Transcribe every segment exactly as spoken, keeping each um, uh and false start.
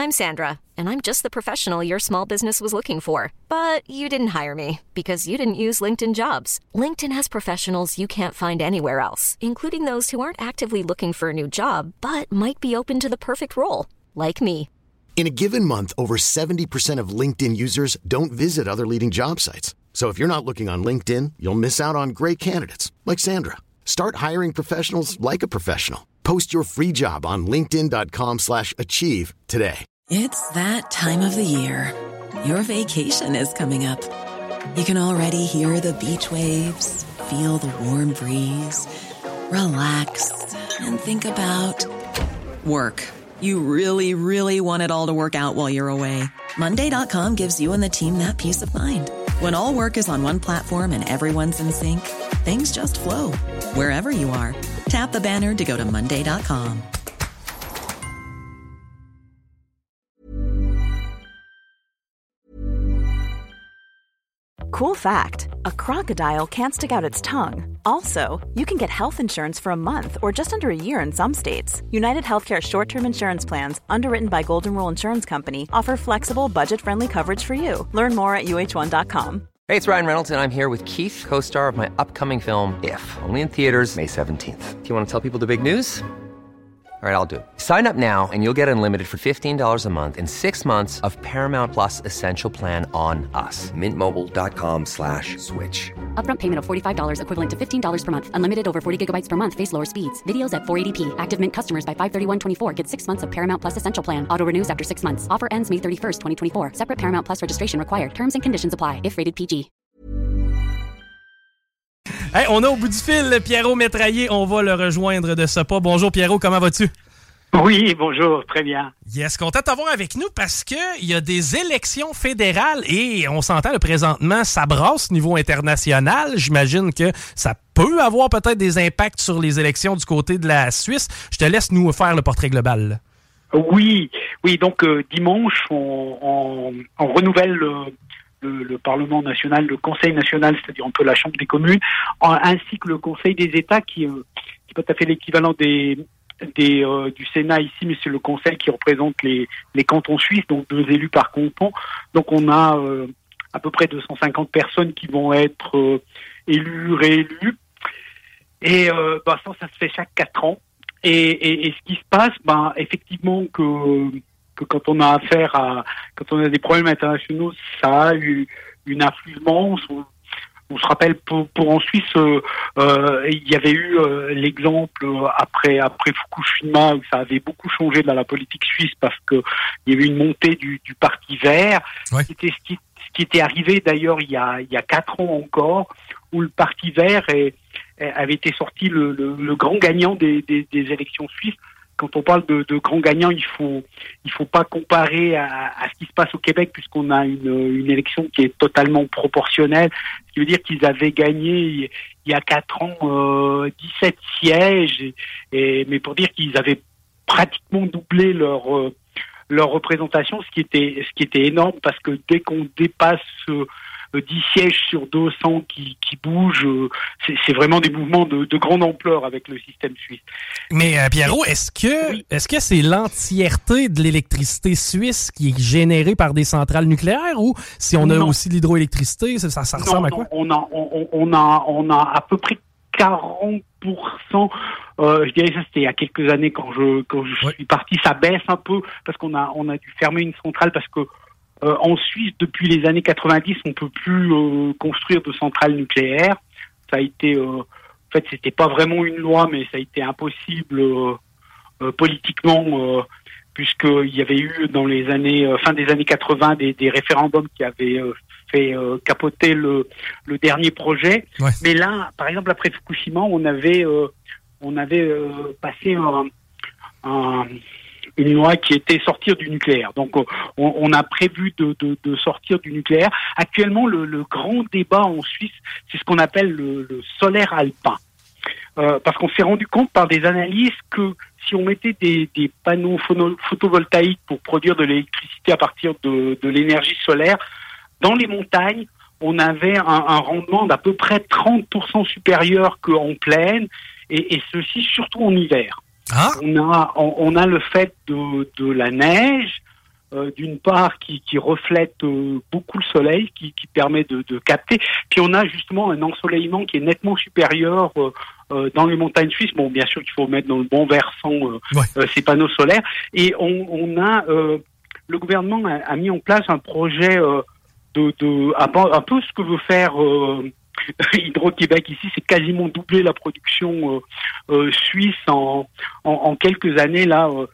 I'm Sandra, and I'm just the professional your small business was looking for. But you didn't hire me because you didn't use LinkedIn Jobs. LinkedIn has professionals you can't find anywhere else, including those who aren't actively looking for a new job, but might be open to the perfect role, like me. In a given month, over seventy percent of LinkedIn users don't visit other leading job sites. So if you're not looking on LinkedIn, you'll miss out on great candidates like Sandra. Start hiring professionals like a professional. Post your free job on linkedin.com slash achieve today. It's that time of the year. Your vacation is coming up. You can already hear the beach waves, feel the warm breeze, relax, and think about work. You really, really want it all to work out while you're away. Monday dot com gives you and the team that peace of mind. When all work is on one platform and everyone's in sync, things just flow. Wherever you are, tap the banner to go to monday dot com. Cool fact, a crocodile can't stick out its tongue. Also, you can get health insurance for a month or just under a year in some states. United Healthcare short-term insurance plans, underwritten by Golden Rule Insurance Company, offer flexible, budget-friendly coverage for you. Learn more at U H one dot com. Hey, it's Ryan Reynolds, and I'm here with Keith, co-star of my upcoming film, If, only in theaters May seventeenth. Do you want to tell people the big news? All right, I'll do it. Sign up now and you'll get unlimited for fifteen dollars a month and six months of Paramount Plus Essential Plan on us. Mint Mobile dot com slash switch. Upfront payment of forty-five dollars equivalent to fifteen dollars per month. Unlimited over forty gigabytes per month. Face lower speeds. Videos at four eighty p. Active Mint customers by five thirty-one twenty-four get six months of Paramount Plus Essential Plan. Auto renews after six months. Offer ends May thirty-first, twenty twenty-four. Separate Paramount Plus registration required. Terms and conditions apply if rated P G. Hey, on a au bout du fil Pierrot Métraillé. On va le rejoindre de ce pas. Bonjour Pierrot, comment vas-tu? Oui, bonjour, très bien. Yes, content de t'avoir avec nous parce qu'il y a des élections fédérales et on s'entend le présentement, ça brasse au niveau international. J'imagine que ça peut avoir peut-être des impacts sur les élections du côté de la Suisse. Je te laisse nous faire le portrait global. Oui, oui. Donc euh, dimanche, on, on, on renouvelle le, le, le Parlement national, le Conseil national, c'est-à-dire un peu la Chambre des communes, ainsi que le Conseil des États, qui, euh, qui est tout à fait l'équivalent des Des, euh, du Sénat ici, mais c'est le Conseil qui représente les, les cantons suisses, donc deux élus par canton. Donc on a euh, à peu près deux cent cinquante personnes qui vont être euh, élues, réélues. Et euh, bah, ça, ça se fait chaque quatre ans. Et, et, et ce qui se passe, bah, effectivement, que, que quand on a affaire à, quand on a des problèmes internationaux, ça a eu une influence. On se rappelle, pour, pour en Suisse, euh, euh, il y avait eu euh, l'exemple euh, après après Fukushima où ça avait beaucoup changé dans la politique suisse parce que il y avait une montée du, du Parti vert. Ouais. C'était ce qui, ce qui était arrivé d'ailleurs il y a il y a quatre ans encore, où le Parti vert est, est, avait été sorti le, le, le grand gagnant des, des, des élections suisses. Quand on parle de, de grand gagnant, il faut il faut pas comparer à, à ce qui se passe au Québec puisqu'on a une, une élection qui est totalement proportionnelle. Ce qui veut dire qu'ils avaient gagné il y a quatre ans euh, dix-sept sièges, et, et, mais pour dire qu'ils avaient pratiquement doublé leur euh, leur représentation, ce qui était ce qui était énorme parce que dès qu'on dépasse euh, dix sièges sur deux cents qui, qui bougent, c'est, c'est vraiment des mouvements de, de grande ampleur avec le système suisse. Mais euh, Pierrot, est-ce que oui. est-ce que c'est l'entièreté de l'électricité suisse qui est générée par des centrales nucléaires, ou si on a non. aussi de l'hydroélectricité, ça, ça, ça ressemble non, à quoi? On a, on, on, a, on a à peu près quarante pour cent. Euh, je dirais ça, c'était il y a quelques années quand je, quand je ouais. suis parti. Ça baisse un peu parce qu'on a, on a dû fermer une centrale parce que Euh, en Suisse, depuis les années quatre-vingt-dix, on peut plus euh, construire de centrales nucléaires. Ça a été, euh, en fait, c'était pas vraiment une loi, mais ça a été impossible euh, euh, politiquement, euh, puisqu'il y avait eu dans les années, euh, fin des années quatre-vingts, des, des référendums qui avaient euh, fait euh, capoter le, le dernier projet. Ouais. Mais là, par exemple, après Fukushima, on avait, euh, on avait euh, passé un, un une loi qui était sortir du nucléaire. Donc, on, on a prévu de, de, de sortir du nucléaire. Actuellement, le, le grand débat en Suisse, c'est ce qu'on appelle le, le solaire alpin. Euh, parce qu'on s'est rendu compte par des analyses que si on mettait des, des panneaux phono, photovoltaïques pour produire de l'électricité à partir de, de l'énergie solaire, dans les montagnes, on avait un, un rendement d'à peu près trente pour cent supérieur qu'en plaine, et, et ceci surtout en hiver. Ah. On a on, on a le fait de de la neige, euh, d'une part qui, qui reflète euh, beaucoup le soleil, qui, qui permet de, de capter. Puis on a justement un ensoleillement qui est nettement supérieur euh, euh, dans les montagnes suisses. Bon, bien sûr qu'il faut mettre dans le bon versant euh, ouais. euh, ces panneaux solaires. Et on, on a, euh, le gouvernement a, a mis en place un projet euh, de, de un peu ce que veut faire euh, Hydro-Québec ici, c'est quasiment doubler la production euh, euh, suisse en, en, en quelques années là. Euh,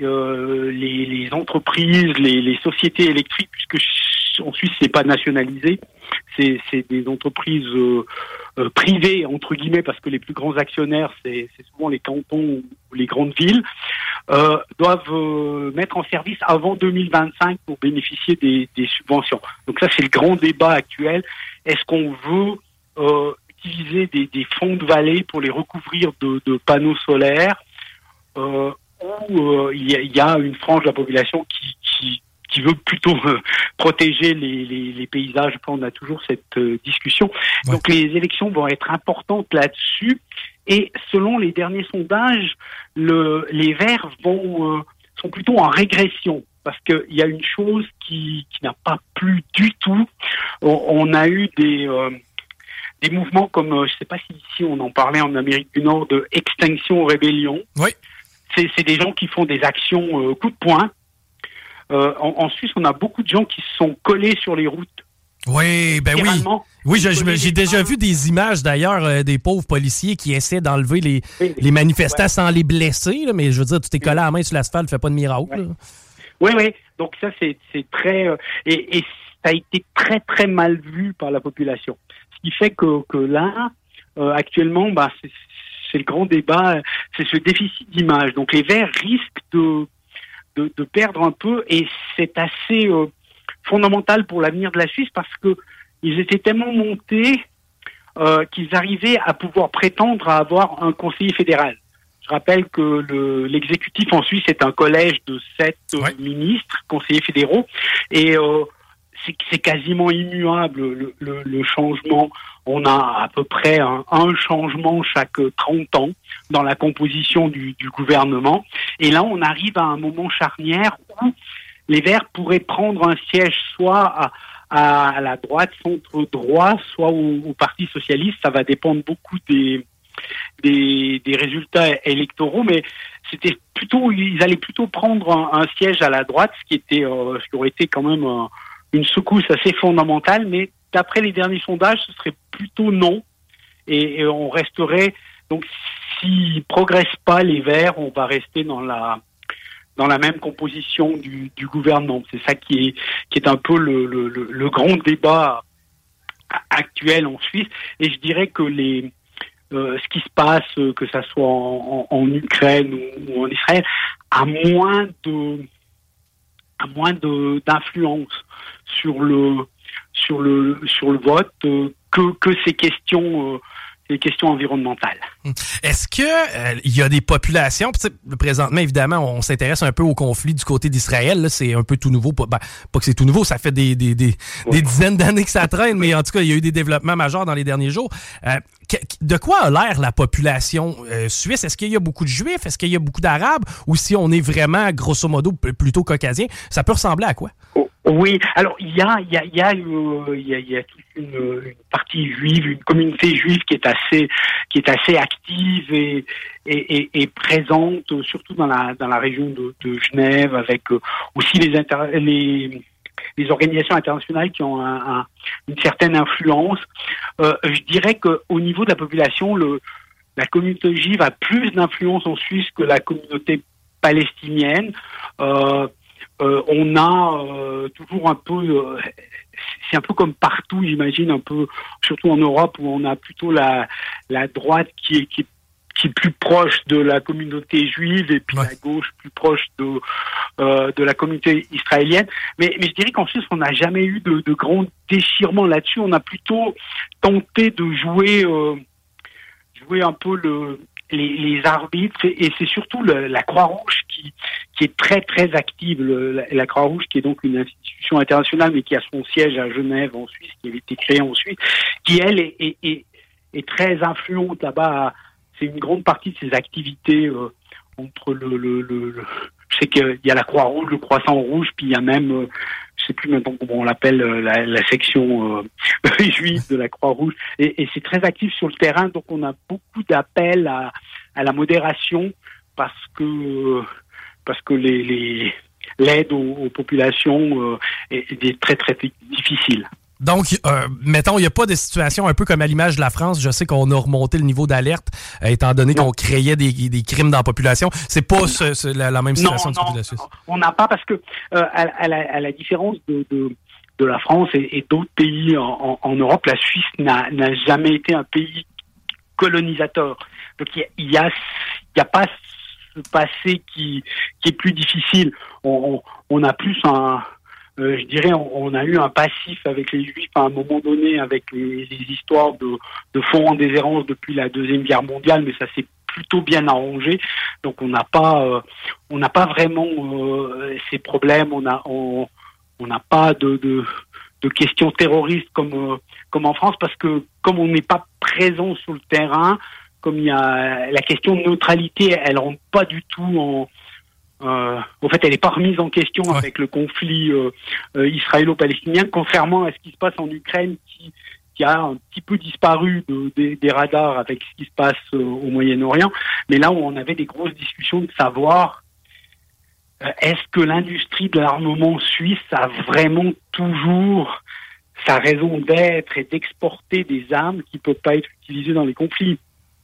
euh, les, les entreprises, les, les sociétés électriques, puisque en Suisse c'est pas nationalisé, c'est, c'est des entreprises euh, euh, privées entre guillemets, parce que les plus grands actionnaires c'est, c'est souvent les cantons ou les grandes villes, euh, doivent euh, mettre en service avant deux mille vingt-cinq pour bénéficier des, des subventions. Donc ça c'est le grand débat actuel. Est-ce qu'on veut euh, utiliser des, des fonds de vallée pour les recouvrir de, de panneaux solaires, euh, où euh, il, y a, il y a une frange de la population qui, qui, qui veut plutôt euh, protéger les, les, les paysages. Enfin, on a toujours cette euh, discussion. Ouais. Donc les élections vont être importantes là-dessus. Et selon les derniers sondages, le, les Verts vont, euh, sont plutôt en régression. Parce qu'il y a une chose qui, qui n'a pas plu du tout. On, on a eu des... Euh, des mouvements comme, je ne sais pas si ici on en parlait en Amérique du Nord, de Extinction Rébellion. Oui. C'est, c'est des gens qui font des actions euh, coup de poing. Euh, en, en Suisse, on a beaucoup de gens qui se sont collés sur les routes. Oui, ben oui. Oui, je, je, j'ai déjà vu des images d'ailleurs euh, des pauvres policiers qui essaient d'enlever les, oui, les manifestants ouais. sans les blesser. Là, mais je veux dire, tu t'es collé à la main sur l'asphalte, fais pas de miracle. Ouais. Oui, oui. Donc ça, c'est, c'est très... Euh, et, et ça a été très, très mal vu par la population. Ce qui fait que, que là, euh, actuellement, bah, c'est, c'est le grand débat, c'est ce déficit d'image. Donc les Verts risquent de, de, de perdre un peu, et c'est assez euh, fondamental pour l'avenir de la Suisse, parce que ils étaient tellement montés euh, qu'ils arrivaient à pouvoir prétendre à avoir un conseiller fédéral. Je rappelle que le, l'exécutif en Suisse est un collège de sept ouais. ministres, conseillers fédéraux, et euh, c'est, c'est quasiment immuable le, le, le changement. On a à peu près un, un changement chaque trente ans dans la composition du, du gouvernement. Et là, on arrive à un moment charnière où les Verts pourraient prendre un siège soit à, à la droite, centre-droit, soit au, au Parti socialiste. Ça va dépendre beaucoup des, des, des résultats électoraux, mais c'était plutôt, ils allaient plutôt prendre un, un siège à la droite, ce qui était, euh, ce qui aurait été quand même un, une secousse assez fondamentale, mais d'après les derniers sondages, ce serait plutôt non. Et, et on resterait... Donc, s'ils ne progressent pas, les Verts, on va rester dans la dans la même composition du, du gouvernement. C'est ça qui est, qui est un peu le, le, le, le grand débat actuel en Suisse. Et je dirais que les, euh, ce qui se passe, que ça soit en, en, en Ukraine ou, ou en Israël, a moins de... à moins de, d'influence sur le sur le sur le vote euh, que que ces questions euh, ces questions environnementales. Est-ce que euh, il y a des populations, présentement évidemment on s'intéresse un peu au conflit du côté d'Israël, là, c'est un peu tout nouveau, pas, ben, pas que c'est tout nouveau, ça fait des des des, oui. des dizaines d'années que ça traîne, mais en tout cas il y a eu des développements majeurs dans les derniers jours. Euh, de quoi a l'air la population euh, suisse? Est-ce qu'il y a beaucoup de Juifs? Est-ce qu'il y a beaucoup d'Arabes? Ou si on est vraiment, grosso modo, plutôt caucasien, ça peut ressembler à quoi? Oh, oui, alors il y a, il y a, il y a, euh, il y a, il y a toute une, une partie juive, une communauté juive qui est assez, qui est assez active et, et, et, et présente, surtout dans la, dans la région de, de Genève, avec euh, aussi les, inter- les les organisations internationales qui ont un, un, une certaine influence. Euh, je dirais qu'au niveau de la population, le, la communauté juive a plus d'influence en Suisse que la communauté palestinienne. Euh, euh, on a euh, toujours un peu... Euh, c'est un peu comme partout, j'imagine, un peu, surtout en Europe, où on a plutôt la, la droite qui est, qui est qui est plus proche de la communauté juive et puis ouais. la gauche plus proche de euh, de la communauté israélienne. Mais, mais je dirais qu'en Suisse, on n'a jamais eu de, de grands déchirements là-dessus. On a plutôt tenté de jouer euh, jouer un peu le les, les arbitres et, et c'est surtout le, la Croix-Rouge qui qui est très très active. Le, la, la Croix-Rouge qui est donc une institution internationale mais qui a son siège à Genève en Suisse, qui avait été créée en Suisse, qui elle est est, est, est très influente là-bas. À, C'est une grande partie de ces activités euh, entre le, le, le, je sais qu'il y a la Croix-Rouge, le Croissant-Rouge, puis il y a même, euh, je sais plus maintenant comment on l'appelle, euh, la, la section euh, juive de la Croix-Rouge. Et, et c'est très actif sur le terrain, donc on a beaucoup d'appels à, à la modération parce que parce que les, les l'aide aux, aux populations euh, est, est très très difficile. Donc, euh, mettons, il n'y a pas de situation un peu comme à l'image de la France. Je sais qu'on a remonté le niveau d'alerte, euh, étant donné non. qu'on créait des, des crimes dans la population. C'est pas ce, ce, la, la même situation non, du côté non, de la Suisse. On n'a pas parce que, euh, à, à, la, à la différence de, de, de la France et, et d'autres pays en, en, en Europe, la Suisse n'a, n'a jamais été un pays colonisateur. Donc, il y a, il y a pas ce passé qui, qui est plus difficile. On, on, on a plus un... Euh, je dirais, on, on a eu un passif avec les Juifs à un moment donné, avec les, les histoires de, de fonds en déshérence depuis la Deuxième Guerre mondiale, mais ça s'est plutôt bien arrangé. Donc on n'a pas, euh, on n'a pas vraiment euh, ces problèmes. On a, on, on n'a pas de, de, de questions terroristes comme, euh, comme en France, parce que comme on n'est pas présent sur le terrain, comme il y a la question de neutralité, elle rentre pas du tout en Euh, en fait, elle n'est pas remise en question ouais. avec le conflit euh, euh, israélo-palestinien, contrairement à ce qui se passe en Ukraine, qui, qui a un petit peu disparu de, de, des radars avec ce qui se passe euh, au Moyen-Orient. Mais là où on avait des grosses discussions de savoir euh, est-ce que l'industrie de l'armement suisse a vraiment toujours sa raison d'être et d'exporter des armes qui ne peuvent pas être utilisées dans les conflits.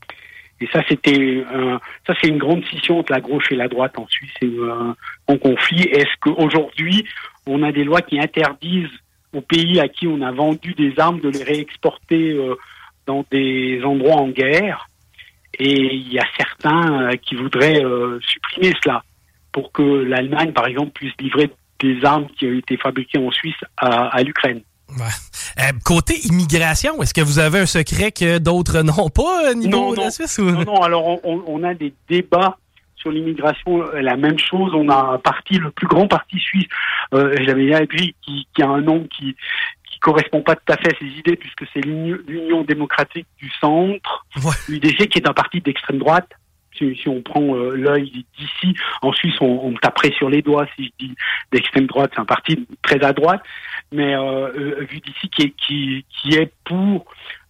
Et ça, c'était, euh, ça, c'est une grande scission entre la gauche et la droite en Suisse et euh, en conflit. Est-ce qu'aujourd'hui, on a des lois qui interdisent aux pays à qui on a vendu des armes de les réexporter euh, dans des endroits en guerre? Et il y a certains euh, qui voudraient euh, supprimer cela pour que l'Allemagne, par exemple, puisse livrer des armes qui ont été fabriquées en Suisse à, à l'Ukraine. Ouais. Euh, côté immigration, est-ce que vous avez un secret que d'autres n'ont pas au niveau non, de non. la Suisse? Ou... Non, non, alors on, on a des débats sur l'immigration, la même chose. On a un parti, le plus grand parti suisse, euh, j'avais bien écrit, qui, qui a un nom qui qui correspond pas tout à fait à ses idées, puisque c'est l'Union, l'Union démocratique du centre, ouais. l'U D C, qui est un parti d'extrême droite. Si, si on prend euh, l'œil d'ici, en Suisse, on, on me taperait sur les doigts si je dis d'extrême droite. C'est un parti très à droite, mais euh, euh, vu d'ici, qui est, qui, qui est pour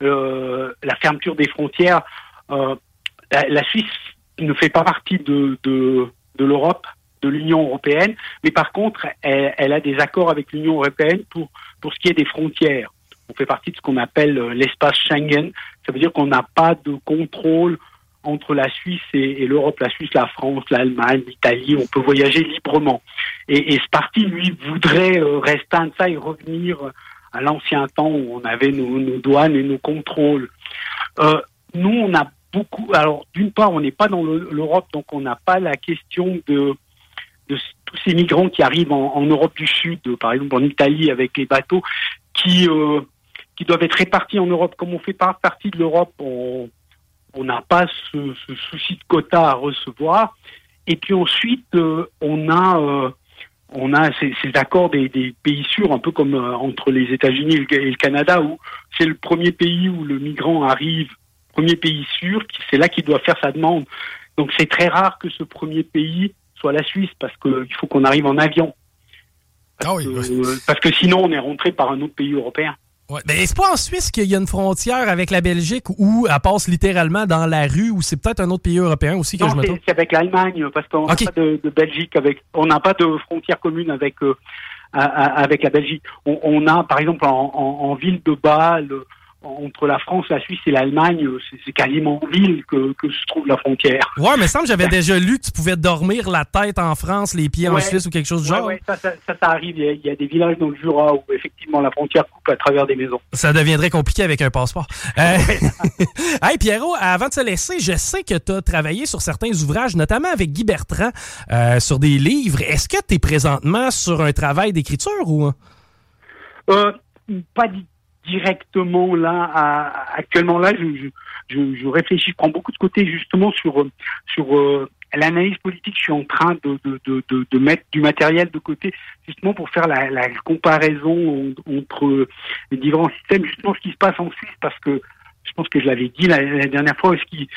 euh, la fermeture des frontières. Euh, la, la Suisse ne fait pas partie de, de, de l'Europe, de l'Union européenne, mais par contre, elle, elle a des accords avec l'Union européenne pour, pour ce qui est des frontières. On fait partie de ce qu'on appelle l'espace Schengen. Ça veut dire qu'on n'a pas de contrôle entre la Suisse et, et l'Europe, la Suisse, la France, l'Allemagne, l'Italie, on peut voyager librement. Et, et ce parti, lui, voudrait euh, restreindre ça et revenir à l'ancien temps où on avait nos, nos douanes et nos contrôles. Euh, nous, on a beaucoup... Alors, d'une part, on n'est pas dans le, l'Europe, donc on n'a pas la question de, de tous ces migrants qui arrivent en, en Europe du Sud, par exemple en Italie avec les bateaux, qui, euh, qui doivent être répartis en Europe. Comme on fait pas partie de l'Europe, on... on n'a pas ce, ce souci de quota à recevoir. Et puis ensuite, euh, on a euh, on a ces, ces accords des, des pays sûrs, un peu comme euh, entre les États-Unis et le, et le Canada, où c'est le premier pays où le migrant arrive, premier pays sûr, c'est là qu'il doit faire sa demande. Donc c'est très rare que ce premier pays soit la Suisse, parce qu'il faut qu'on arrive en avion. Parce, ah oui, que, oui. Euh, parce que sinon, on est rentré par un autre pays européen. Ouais. Mais c'est pas en Suisse qu'il y a une frontière avec la Belgique où elle passe littéralement dans la rue, ou c'est peut-être un autre pays européen aussi que non, je me trompe? trompe? C'est avec l'Allemagne, parce qu'on n'a okay. pas de, de Belgique avec, on n'a pas de frontière commune avec euh, à, à, avec la Belgique. On, on a, par exemple, en, en, en ville de Bâle, entre la France, la Suisse et l'Allemagne, c'est, c'est quasiment en ville que, que se trouve la frontière. Ouais, mais semble que j'avais déjà lu que tu pouvais dormir la tête en France, les pieds ouais. en Suisse ou quelque chose du ouais, genre. Ouais, ça, ça, ça, ça arrive. Il y, a, il y a des villages dans le Jura où effectivement la frontière coupe à travers des maisons. Ça deviendrait compliqué avec un passeport. Euh... hey Pierrot, avant de se laisser, je sais que tu as travaillé sur certains ouvrages, notamment avec Guy Bertrand, euh, sur des livres. Est-ce que tu es présentement sur un travail d'écriture ou... Euh, pas du directement là, à, actuellement là, je, je, je réfléchis, je prends beaucoup de côté justement sur sur euh, l'analyse politique. Je suis en train de, de, de, de, de mettre du matériel de côté justement pour faire la, la comparaison entre les différents systèmes, justement ce qui se passe en Suisse, parce que je pense que je l'avais dit la, la dernière fois, ce qui, ce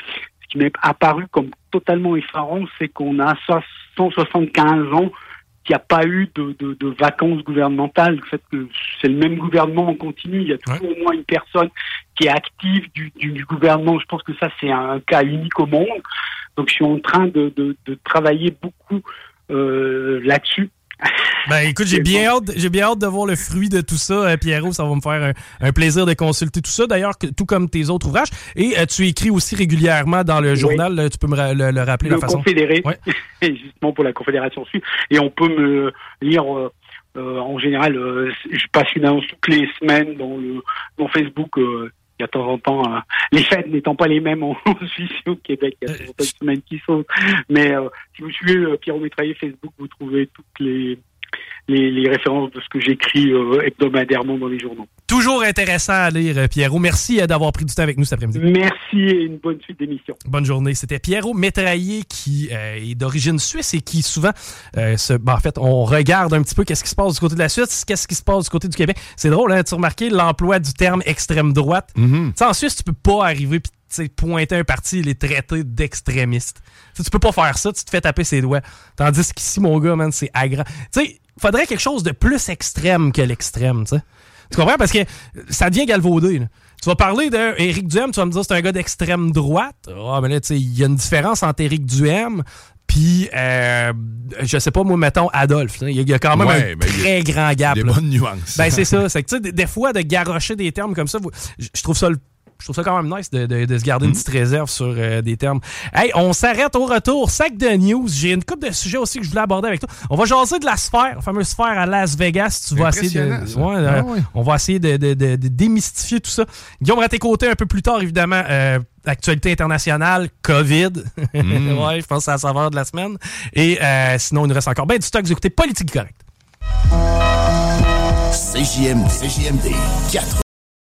qui m'est apparu comme totalement effarant, c'est qu'on a cent soixante-quinze ans qu'il n'y a pas eu de, de, de vacances gouvernementales. Le fait que c'est le même gouvernement en continu, il y a toujours ouais. au moins une personne qui est active du, du, du gouvernement. Je pense que ça, c'est un cas unique au monde. Donc, je suis en train de, de, de travailler beaucoup euh, là-dessus. Ben écoute, j'ai bien hâte, j'ai bien hâte de voir le fruit de tout ça, euh, Pierrot. Ça va me faire un, un plaisir de consulter tout ça. D'ailleurs, que, tout comme tes autres ouvrages. Et euh, tu écris aussi régulièrement dans le journal. Oui. Tu peux me ra- le, le rappeler le la façon. Le Confédéré, ouais. Justement pour la Confédération Suisse. Et on peut me lire. Euh, euh, en général, euh, je passe une annonce toutes les semaines dans le dans Facebook. Euh, Il y a de temps en temps, euh, les fêtes n'étant pas les mêmes en Suisse et au Québec, il y a de temps en temps une semaine qui sautent. Mais euh, si vous suivez euh, Pierrot Métraillé Facebook, vous trouvez toutes les, les, les références de ce que j'écris euh, hebdomadairement dans les journaux. Toujours intéressant à lire, Pierrot. Merci d'avoir pris du temps avec nous cet après-midi. Merci et une bonne suite d'émission. Bonne journée. C'était Pierrot Métraillé qui euh, est d'origine suisse et qui souvent, euh, se, ben, en fait, on regarde un petit peu qu'est-ce qui se passe du côté de la Suisse, qu'est-ce qui se passe du côté du Québec. C'est drôle, hein, tu as remarqué l'emploi du terme extrême droite. Mm-hmm. T'sais, en Suisse, tu peux pas arriver et pointer un parti et les traiter d'extrémistes. T'sais, tu peux pas faire ça, tu te fais taper ses doigts. Tandis qu'ici, mon gars, man, c'est agréable. Tu sais, faudrait quelque chose de plus extrême que l'extrême, tu sais. Tu comprends? Parce que ça devient galvaudé. Là. Tu vas parler d'Éric Duhem, tu vas me dire que c'est un gars d'extrême droite. Ah, oh, mais là, tu sais, il y a une différence entre Éric Duhem puis, euh, je sais pas, moi, mettons, Adolphe. Il y a quand même ouais, un très a, grand gap. Des là. bonnes nuances. Ben, c'est ça. C'est que, tu sais, des, des fois, de garrocher des termes comme ça, je trouve ça le Je trouve ça quand même nice de, de, de se garder une petite réserve sur euh, des termes. Hey, on s'arrête au retour. Sac de news. J'ai une couple de sujets aussi que je voulais aborder avec toi. On va jaser de la sphère, la fameuse sphère à Las Vegas. Tu vas essayer de, ouais, euh, ah, oui. On va essayer de, de, de, de démystifier tout ça. Guillaume, à tes côtés un peu plus tard, évidemment, euh, actualité internationale, COVID. Mm. Ouais, je pense que c'est la saveur de la semaine. Et euh, sinon, il nous reste encore bien du stock. Vous écoutez Politique Correcte. C J M D, C J M D quatre.